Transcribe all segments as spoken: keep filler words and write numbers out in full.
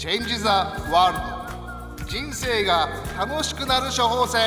Change the World 人生が楽しくなる処方箋。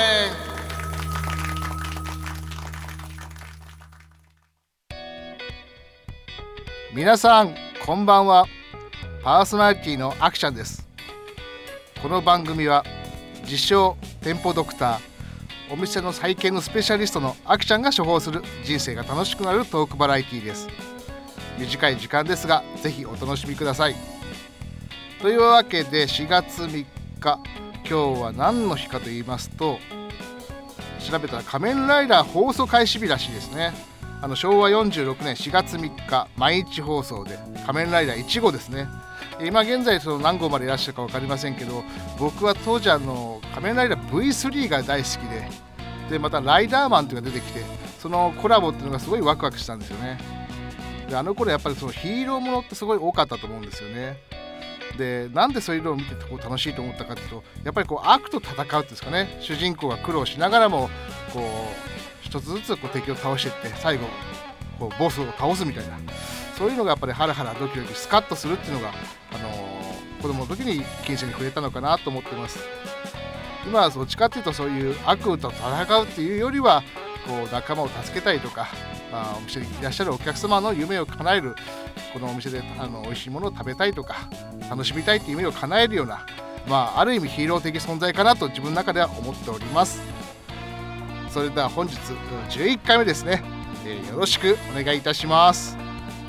皆さんこんばんは。パーソナリティのアクちゃんです。この番組は自称店舗ドクター、お店の再建のスペシャリストのアクちゃんが処方する人生が楽しくなるトークバラエティです。短い時間ですがぜひお楽しみください。というわけでしがつみっか、今日は何の日かと言いますと、調べたら仮面ライダー放送開始日らしいですね。あのしょうわよんじゅうろくねんしがつみっか、毎日放送で仮面ライダーいち号ですね。今現在その何号までいらっしゃるか分かりませんけど、僕は当時あの仮面ライダー ブイスリー が大好きで、でまたライダーマンというのが出てきて、そのコラボっていうのがすごいワクワクしたんですよね。であの頃やっぱりそのヒーローものってすごい多かったと思うんですよね。でなんでそういうのを見ててこう楽しいと思ったかというと、やっぱりこう悪と戦うっていうんですかね、主人公が苦労しながらもこう一つずつこう敵を倒していって、最後こうボスを倒すみたいな、そういうのがやっぱりハラハラドキドキスカッとするっていうのが、あのー、子供の時に金銭に触れたのかなと思ってます。今はどっちかっていうとそういう悪と戦うっていうよりは、こう仲間を助けたいとか、あお店にいらっしゃるお客様の夢を叶える、このお店であの美味しいものを食べたいとか楽しみたいっていう夢を叶えるような、まあ、ある意味ヒーロー的存在かなと自分の中では思っております。それでは本日じゅういっかいめですね、えー、よろしくお願いいたします。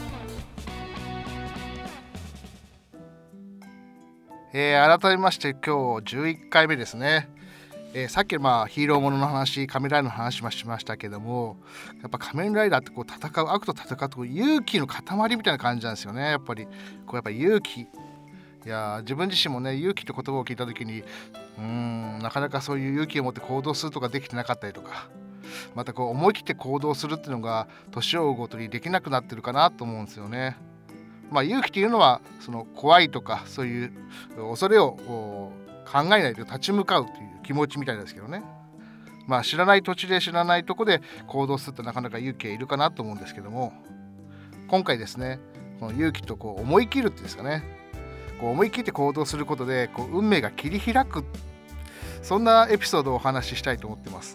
えー、改めまして今日じゅういっかいめですね。えー、さっきまあヒーローものの話、仮面ライダーの話もしましたけども、やっぱ仮面ライダーってこう戦う、悪と戦うと勇気の塊みたいな感じなんですよね。やっぱりこうやっぱ勇気、いや自分自身もね、勇気って言葉を聞いた時に、うーんなかなかそういう勇気を持って行動するとかできてなかったりとか、またこう思い切って行動するっていうのが年を追うごとにできなくなってるかなと思うんですよね。まあ勇気っていうのはその怖いとかそういう恐れを考えないで立ち向かうという気持ちみたいですけどね。まあ知らない土地で知らないとこで行動するとなかなか勇気がいるかなと思うんですけども、今回ですね、この勇気とこう思い切るっていうんですかね、こう思い切って行動することでこう運命が切り開く、そんなエピソードをお話ししたいと思ってます。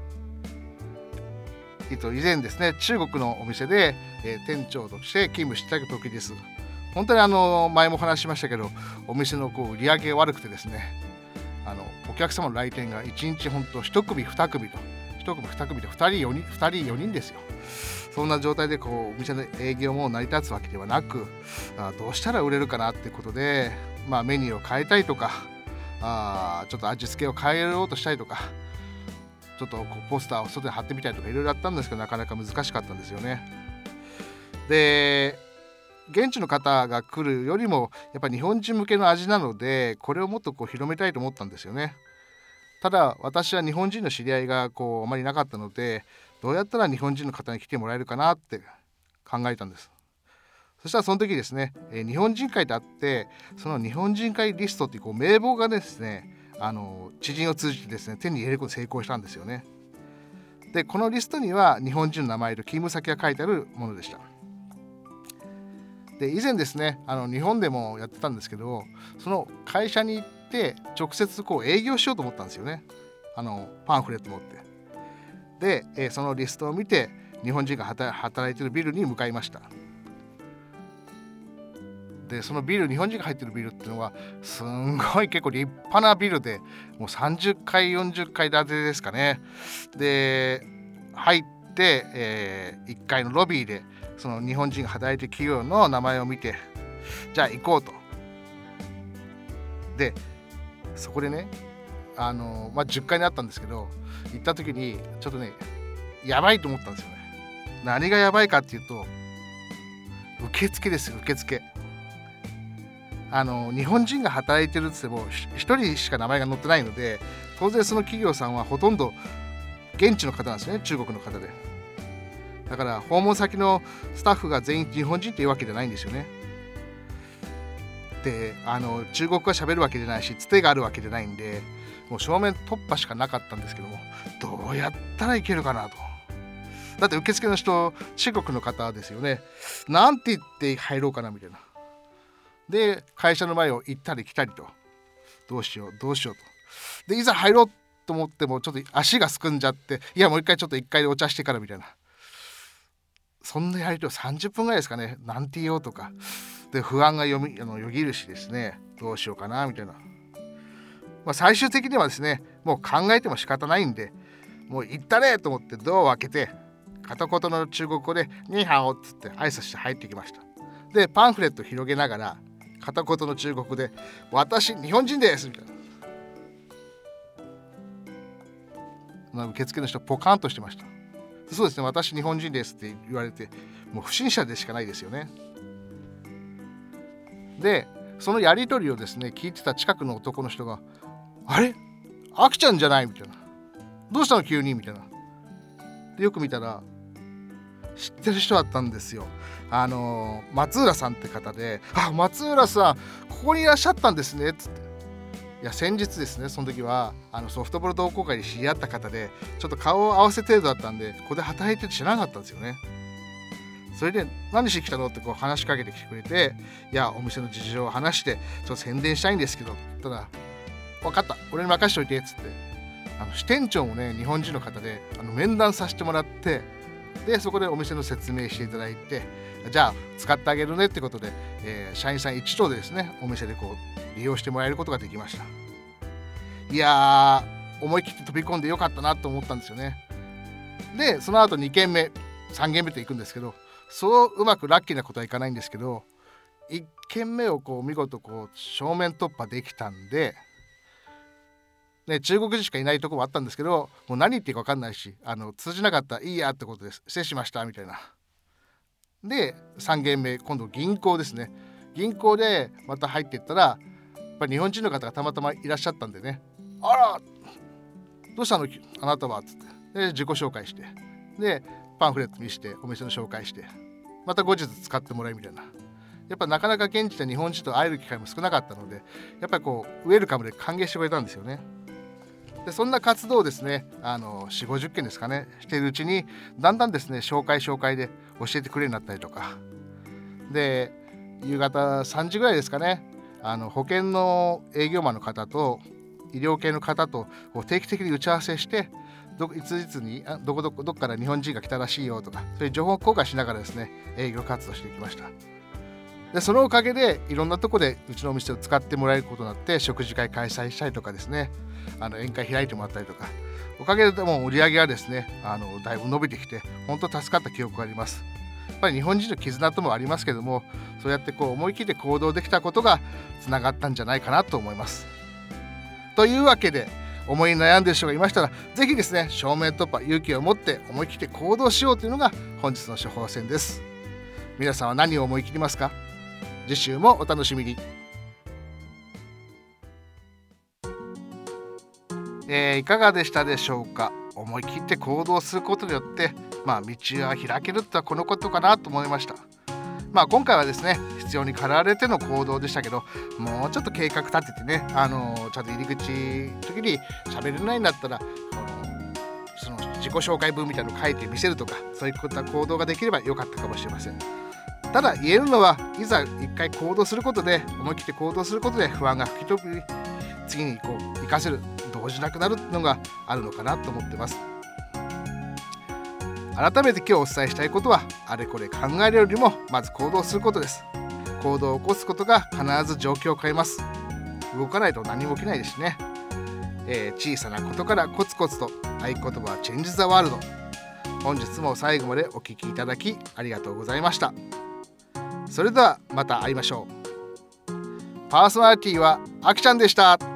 えっと、以前ですね、中国のお店で、えー、店長として勤務していた時です。本当にあの前もお話ししましたけど、お店のこう売り上げが悪くてですね、あのお客様の来店がいちにち本当いち組に組といち組に組でふたりよにんふたりよにんですよ。そんな状態でこうお店の営業も成り立つわけではなく、あどうしたら売れるかなってことで、まあ、メニューを変えたいとか、あちょっと味付けを変えようとしたりとか、ちょっとこうポスターを外で貼ってみたりとかいろいろあったんですけど、なかなか難しかったんですよね。で現地の方が来るよりもやっぱり日本人向けの味なので、これをもっとこう広めたいと思ったんですよね。ただ私は日本人の知り合いがこうあまりなかったので、どうやったら日本人の方に来てもらえるかなって考えたんです。そしたらその時ですね、えー、日本人会であって、その日本人会リストっていうこう名簿がですね、あの知人を通じてですね手に入れることに成功したんですよね。でこのリストには日本人の名前と勤務先が書いてあるものでした。で以前ですね、あの日本でもやってたんですけど、その会社に行って直接こう営業しようと思ったんですよね。あのパンフレット持って。で、えー、そのリストを見て日本人が働いているビルに向かいました。でそのビル、日本人が入っているビルっていうのはすんごい結構立派なビルで、もうさんじゅっかいよんじゅっかい建てですかね。で入って、えー、いっかいのロビーでその日本人が働いている企業の名前を見て、じゃあ行こうと。でそこでね、あの、まあ、じゅっかいにあったんですけど、行った時にちょっとねやばいと思ったんですよね。何がやばいかっていうと、受付ですよ。受付、あの日本人が働いてるって言ってもひとりしか名前が載ってないので、当然その企業さんはほとんど現地の方なんですね。中国の方で。だから訪問先のスタッフが全員日本人っていうわけじゃないんですよね。であの中国語が喋るわけじゃないし、つてがあるわけじゃないんで、もう正面突破しかなかったんですけども、どうやったらいけるかなと。だって受付の人中国の方ですよね。なんて言って入ろうかなみたいな。 で会社の前を行ったり来たりと、どうしようどうしようと。でいざ入ろうと思ってもちょっと足がすくんじゃって、いやもう一回ちょっと一回でお茶してからみたいな、そんなやりとりさんじゅっぷんぐらいですかね。なんて言おうとかで不安がよみあのよぎるしですね、どうしようかなみたいな。まあ、最終的にはですね、もう考えても仕方ないんで、もう行ったねと思ってドアを開けて、片言の中国語でニーハオっつって挨拶して入ってきました。でパンフレットを広げながら片言の中国語で私日本人ですみたいな。受付の人ポカンとしてました。そうですね、私日本人ですって言われて、もう不審者でしかないですよね。でそのやり取りをですね聞いてた近くの男の人が、あれアキちゃんじゃないみたいな、どうしたの急にみたいな。でよく見たら知ってる人だったんですよ。あのー、松浦さんって方で、あ松浦さんここにいらっしゃったんですねっつって、いや先日ですね、その時はあのソフトボール同好会で知り合った方で、ちょっと顔を合わせ程度だったんで、ここで働いてて知らなかったんですよね。それで何しに来たのってこう話しかけてきてくれて、いやお店の事情を話してちょっと宣伝したいんですけどって言ったら、分かった俺に任しといてっつって、あの支店長もね日本人の方で、あの面談させてもらって、でそこでお店の説明していただいて、じゃあ使ってあげるねってことで、えー、社員さん一同でですねお店でこう利用してもらえることができました。いやー思い切って飛び込んでよかったなと思ったんですよね。でその後に軒目さん軒目と行くんですけど、そううまくラッキーなことはいかないんですけど、いっ軒目をこう見事こう正面突破できたんで、ね、中国人しかいないとこもあったんですけど、もう何言っていいか分かんないし、あの通じなかったらいいやってことです、失礼しましたみたいな。でさん軒目今度銀行ですね。銀行でまた入っていったら、やっぱり日本人の方がたまたまいらっしゃったんでね、あらどうしたのあなたはっつって、で自己紹介して、でパンフレット見してお店の紹介して、また後日使ってもらいみたいな。やっぱなかなか現地で日本人と会える機会も少なかったので、やっぱりこうウェルカムで歓迎してくれたんですよね。でそんな活動をですね、あの よんじゅうごじゅっけんですかねしているうちに、だんだんですね紹介紹介で教えてくれるようになったりとかで、夕方さんじぐらいですかね、あの保険の営業マンの方と医療系の方と定期的に打ち合わせして、どいついつにあどこどこどこから日本人が来たらしいよとか、そういう情報交換しながらですね営業活動していきました。でそのおかげでいろんなとこでうちのお店を使ってもらえることになって、食事会開催したりとかですね、あの宴会開いてもらったりとか、おかげでもう売り上げがですねあのだいぶ伸びてきて、本当助かった記憶があります。やっぱり日本人の絆ともありますけども、そうやってこう思い切って行動できたことがつながったんじゃないかなと思います。というわけで、思い悩んでいる人がいましたら、ぜひですね正面突破勇気を持って思い切って行動しようというのが本日の処方箋です。皆さんは何を思い切りますか？次週もお楽しみに。えー、いかがでしたでしょうか。思い切って行動することによって、まあ、道は開けるってこのことかなと思いました。まあ、今回はですね必要に駆られての行動でしたけど、もうちょっと計画立ててね、あのー、ちゃんと入り口の時に喋れないんだったら、このその自己紹介文みたいなのを書いて見せるとか、そういった行動ができればよかったかもしれません。ただ言えるのは、いざ一回行動することで、思い切って行動することで不安が吹き飛び、次にこう活かせる、動じなくなるのがあるのかなと思ってます。改めて今日お伝えしたいことは、あれこれ考えるよりもまず行動することです。行動を起こすことが必ず状況を変えます。動かないと何も起きないですしね、えー、小さなことからコツコツと。合言葉はチェンジ・ザ・ワールド。本日も最後までお聞きいただきありがとうございました。それではまた会いましょう。パーソナリティはあきちゃんでした。